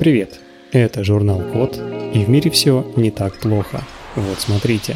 Привет, это журнал Код, и в мире все не так плохо. Вот смотрите.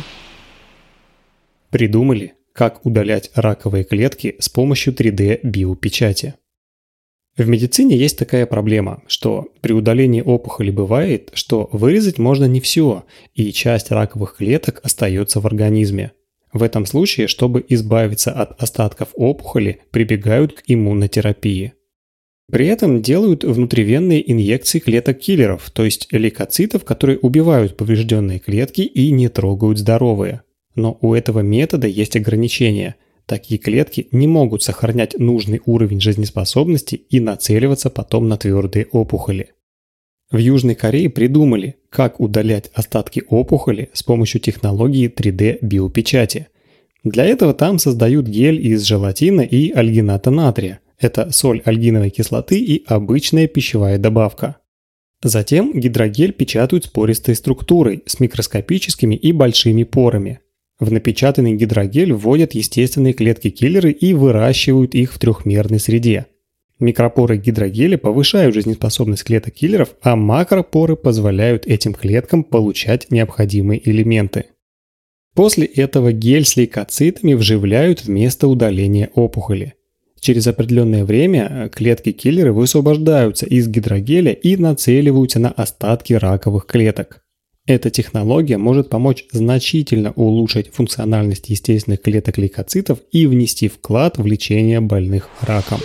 Придумали, как удалять раковые клетки с помощью 3D-биопечати. В медицине есть такая проблема, что при удалении опухоли бывает, что вырезать можно не все, и часть раковых клеток остается в организме. В этом случае, чтобы избавиться от остатков опухоли, прибегают к иммунотерапии. При этом делают внутривенные инъекции клеток-киллеров, то есть лейкоцитов, которые убивают поврежденные клетки и не трогают здоровые. Но у этого метода есть ограничения. Такие клетки не могут сохранять нужный уровень жизнеспособности и нацеливаться потом на твердые опухоли. В Южной Корее придумали, как удалять остатки опухоли с помощью технологии 3D-биопечати. Для этого там создают гель из желатина и альгината натрия. Это соль альгиновой кислоты и обычная пищевая добавка. Затем гидрогель печатают с пористой структурой, с микроскопическими и большими порами. В напечатанный гидрогель вводят естественные клетки-киллеры и выращивают их в трехмерной среде. Микропоры гидрогеля повышают жизнеспособность клеток-киллеров, а макропоры позволяют этим клеткам получать необходимые элементы. После этого гель с лейкоцитами вживляют вместо удаления опухоли. Через определенное время клетки-киллеры высвобождаются из гидрогеля и нацеливаются на остатки раковых клеток. Эта технология может помочь значительно улучшить функциональность естественных клеток лейкоцитов и внести вклад в лечение больных раком.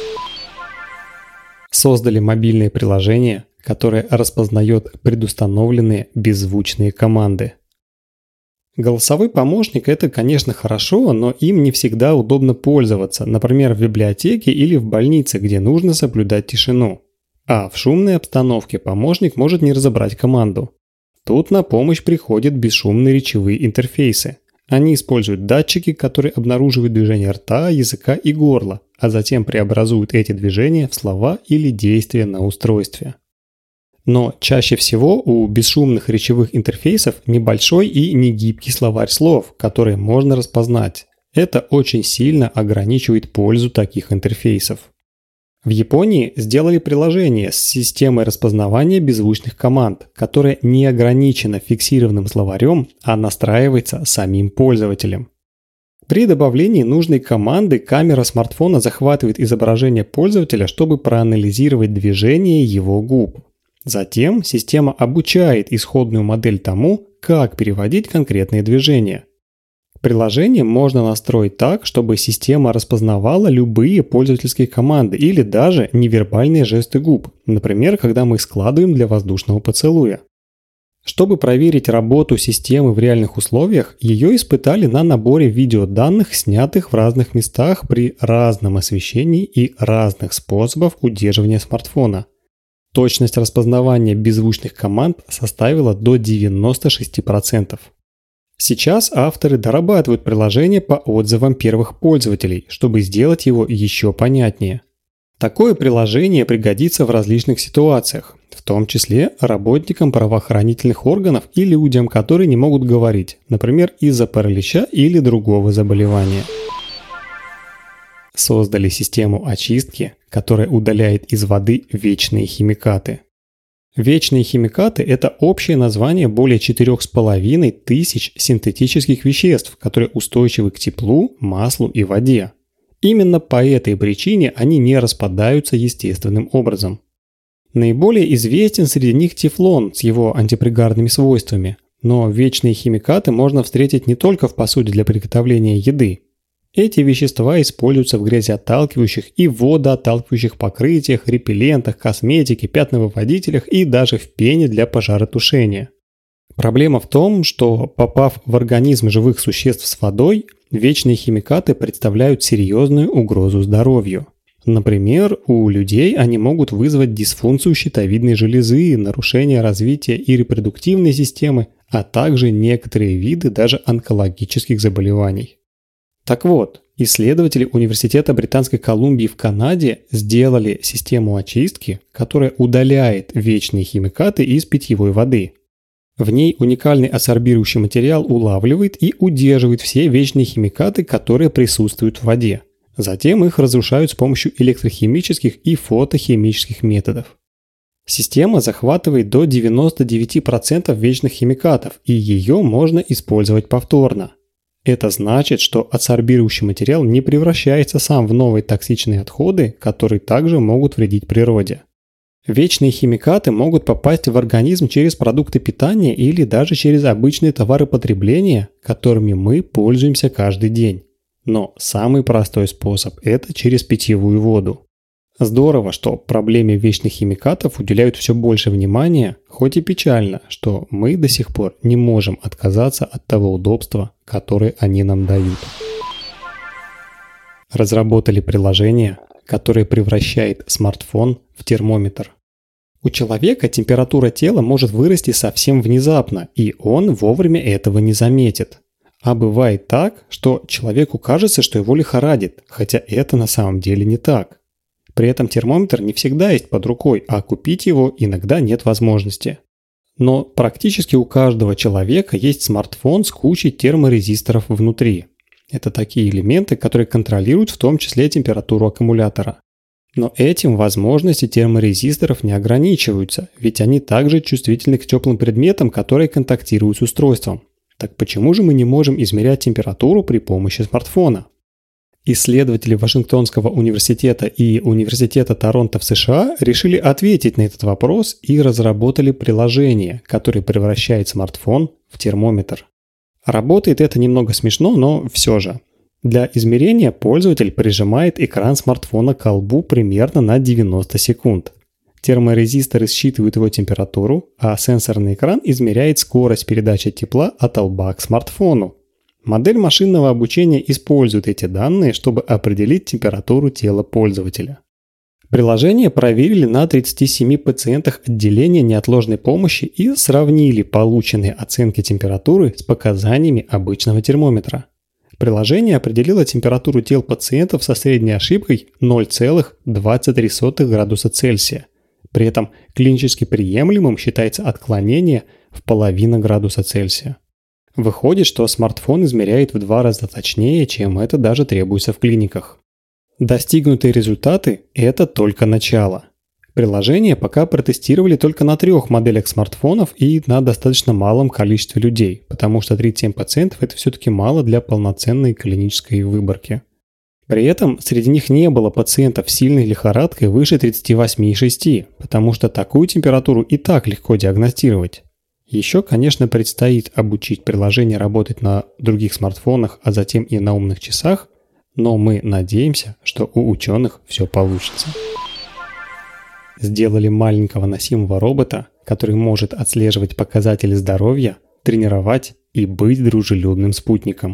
Создали мобильное приложение, которое распознает предустановленные беззвучные команды. Голосовой помощник – это, конечно, хорошо, но им не всегда удобно пользоваться, например, в библиотеке или в больнице, где нужно соблюдать тишину. А в шумной обстановке помощник может не разобрать команду. Тут на помощь приходят бесшумные речевые интерфейсы. Они используют датчики, которые обнаруживают движение рта, языка и горла, а затем преобразуют эти движения в слова или действия на устройстве. Но чаще всего у бесшумных речевых интерфейсов небольшой и негибкий словарь слов, которые можно распознать. Это очень сильно ограничивает пользу таких интерфейсов. В Японии сделали приложение с системой распознавания беззвучных команд, которое не ограничено фиксированным словарем, а настраивается самим пользователем. При добавлении нужной команды камера смартфона захватывает изображение пользователя, чтобы проанализировать движение его губ. Затем система обучает исходную модель тому, как переводить конкретные движения. Приложение можно настроить так, чтобы система распознавала любые пользовательские команды или даже невербальные жесты губ, например, когда мы складываем для воздушного поцелуя. Чтобы проверить работу системы в реальных условиях, ее испытали на наборе видеоданных, снятых в разных местах при разном освещении и разных способах удерживания смартфона. Точность распознавания беззвучных команд составила до 96%. Сейчас авторы дорабатывают приложение по отзывам первых пользователей, чтобы сделать его еще понятнее. Такое приложение пригодится в различных ситуациях, в том числе работникам правоохранительных органов и людям, которые не могут говорить, например, из-за паралича или другого заболевания. Создали систему очистки, которая удаляет из воды вечные химикаты. Вечные химикаты – это общее название более 4500 синтетических веществ, которые устойчивы к теплу, маслу и воде. Именно по этой причине они не распадаются естественным образом. Наиболее известен среди них тефлон с его антипригарными свойствами, но вечные химикаты можно встретить не только в посуде для приготовления еды. Эти вещества используются в грязеотталкивающих и водоотталкивающих покрытиях, репеллентах, косметике, пятновыводителях и даже в пене для пожаротушения. Проблема в том, что, попав в организм живых существ с водой, вечные химикаты представляют серьезную угрозу здоровью. Например, у людей они могут вызвать дисфункцию щитовидной железы, нарушение развития и репродуктивной системы, а также некоторые виды даже онкологических заболеваний. Так вот, исследователи Университета Британской Колумбии в Канаде сделали систему очистки, которая удаляет вечные химикаты из питьевой воды. В ней уникальный адсорбирующий материал улавливает и удерживает все вечные химикаты, которые присутствуют в воде. Затем их разрушают с помощью электрохимических и фотохимических методов. Система захватывает до 99% вечных химикатов, и ее можно использовать повторно. Это значит, что адсорбирующий материал не превращается сам в новые токсичные отходы, которые также могут вредить природе. Вечные химикаты могут попасть в организм через продукты питания или даже через обычные товары потребления, которыми мы пользуемся каждый день. Но самый простой способ – это через питьевую воду. Здорово, что проблеме вечных химикатов уделяют все больше внимания, хоть и печально, что мы до сих пор не можем отказаться от того удобства, которое они нам дают. Разработали приложение, которое превращает смартфон в термометр. У человека температура тела может вырасти совсем внезапно, и он вовремя этого не заметит. А бывает так, что человеку кажется, что его лихорадит, хотя это на самом деле не так. При этом термометр не всегда есть под рукой, а купить его иногда нет возможности. Но практически у каждого человека есть смартфон с кучей терморезисторов внутри. Это такие элементы, которые контролируют в том числе температуру аккумулятора. Но этим возможности терморезисторов не ограничиваются, ведь они также чувствительны к теплым предметам, которые контактируют с устройством. Так почему же мы не можем измерять температуру при помощи смартфона? Исследователи Вашингтонского университета и Университета Торонто в США решили ответить на этот вопрос и разработали приложение, которое превращает смартфон в термометр. Работает это немного смешно, но все же. Для измерения пользователь прижимает экран смартфона к колбу примерно на 90 секунд. Терморезисторы считывают его температуру, а сенсорный экран измеряет скорость передачи тепла от лба к смартфону. Модель машинного обучения использует эти данные, чтобы определить температуру тела пользователя. Приложение проверили на 37 пациентах отделения неотложной помощи и сравнили полученные оценки температуры с показаниями обычного термометра. Приложение определило температуру тел пациентов со средней ошибкой 0,23 градуса Цельсия. При этом клинически приемлемым считается отклонение в 0,5 градуса Цельсия. Выходит, что смартфон измеряет в 2 раза точнее, чем это даже требуется в клиниках. Достигнутые результаты – это только начало. Приложение пока протестировали только на 3 моделях смартфонов и на достаточно малом количестве людей, потому что 37 пациентов – это все-таки мало для полноценной клинической выборки. При этом среди них не было пациентов с сильной лихорадкой выше 38,6, потому что такую температуру и так легко диагностировать. Еще, конечно, предстоит обучить приложение работать на других смартфонах, а затем и на умных часах, но мы надеемся, что у ученых все получится. Сделали маленького носимого робота, который может отслеживать показатели здоровья, тренировать и быть дружелюбным спутником.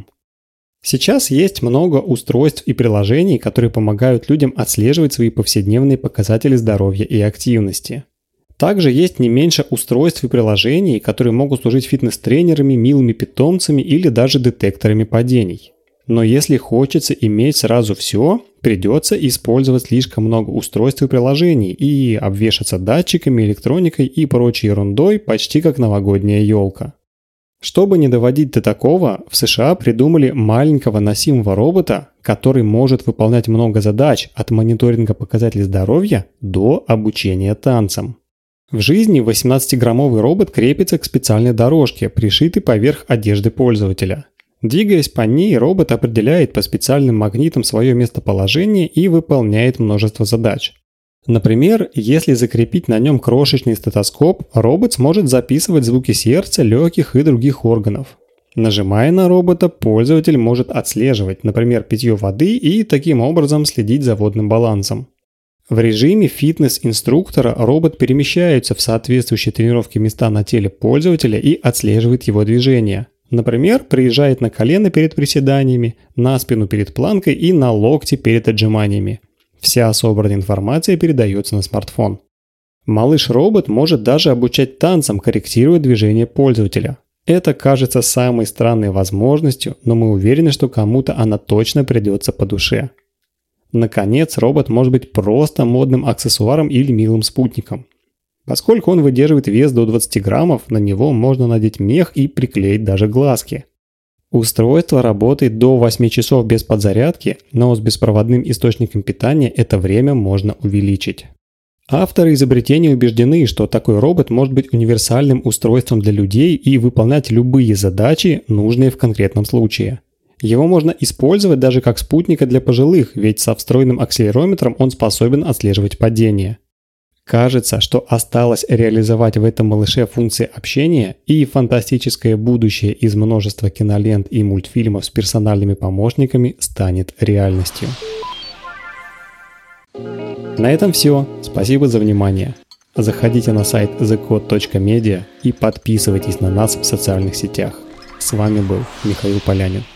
Сейчас есть много устройств и приложений, которые помогают людям отслеживать свои повседневные показатели здоровья и активности. Также есть не меньше устройств и приложений, которые могут служить фитнес-тренерами, милыми питомцами или даже детекторами падений. Но если хочется иметь сразу все, придется использовать слишком много устройств и приложений и обвешаться датчиками, электроникой и прочей ерундой почти как новогодняя елка. Чтобы не доводить до такого, в США придумали маленького носимого робота, который может выполнять много задач от мониторинга показателей здоровья до обучения танцам. В жизни 18-граммовый робот крепится к специальной дорожке, пришитой поверх одежды пользователя. Двигаясь по ней, робот определяет по специальным магнитам свое местоположение и выполняет множество задач. Например, если закрепить на нем крошечный стетоскоп, робот сможет записывать звуки сердца, легких и других органов. Нажимая на робота, пользователь может отслеживать, например, питье воды и таким образом следить за водным балансом. В режиме фитнес-инструктора робот перемещается в соответствующие тренировки места на теле пользователя и отслеживает его движения. Например, приезжает на колено перед приседаниями, на спину перед планкой и на локти перед отжиманиями. Вся собранная информация передается на смартфон. Малыш-робот может даже обучать танцам, корректируя движение пользователя. Это кажется самой странной возможностью, но мы уверены, что кому-то она точно придется по душе. Наконец, робот может быть просто модным аксессуаром или милым спутником. Поскольку он выдерживает вес до 20 граммов, на него можно надеть мех и приклеить даже глазки. Устройство работает до 8 часов без подзарядки, но с беспроводным источником питания это время можно увеличить. Авторы изобретения убеждены, что такой робот может быть универсальным устройством для людей и выполнять любые задачи, нужные в конкретном случае. Его можно использовать даже как спутника для пожилых, ведь со встроенным акселерометром он способен отслеживать падение. Кажется, что осталось реализовать в этом малыше функции общения, и фантастическое будущее из множества кинолент и мультфильмов с персональными помощниками станет реальностью. На этом все. Спасибо за внимание. Заходите на сайт thecode.media и подписывайтесь на нас в социальных сетях. С вами был Михаил Полянин.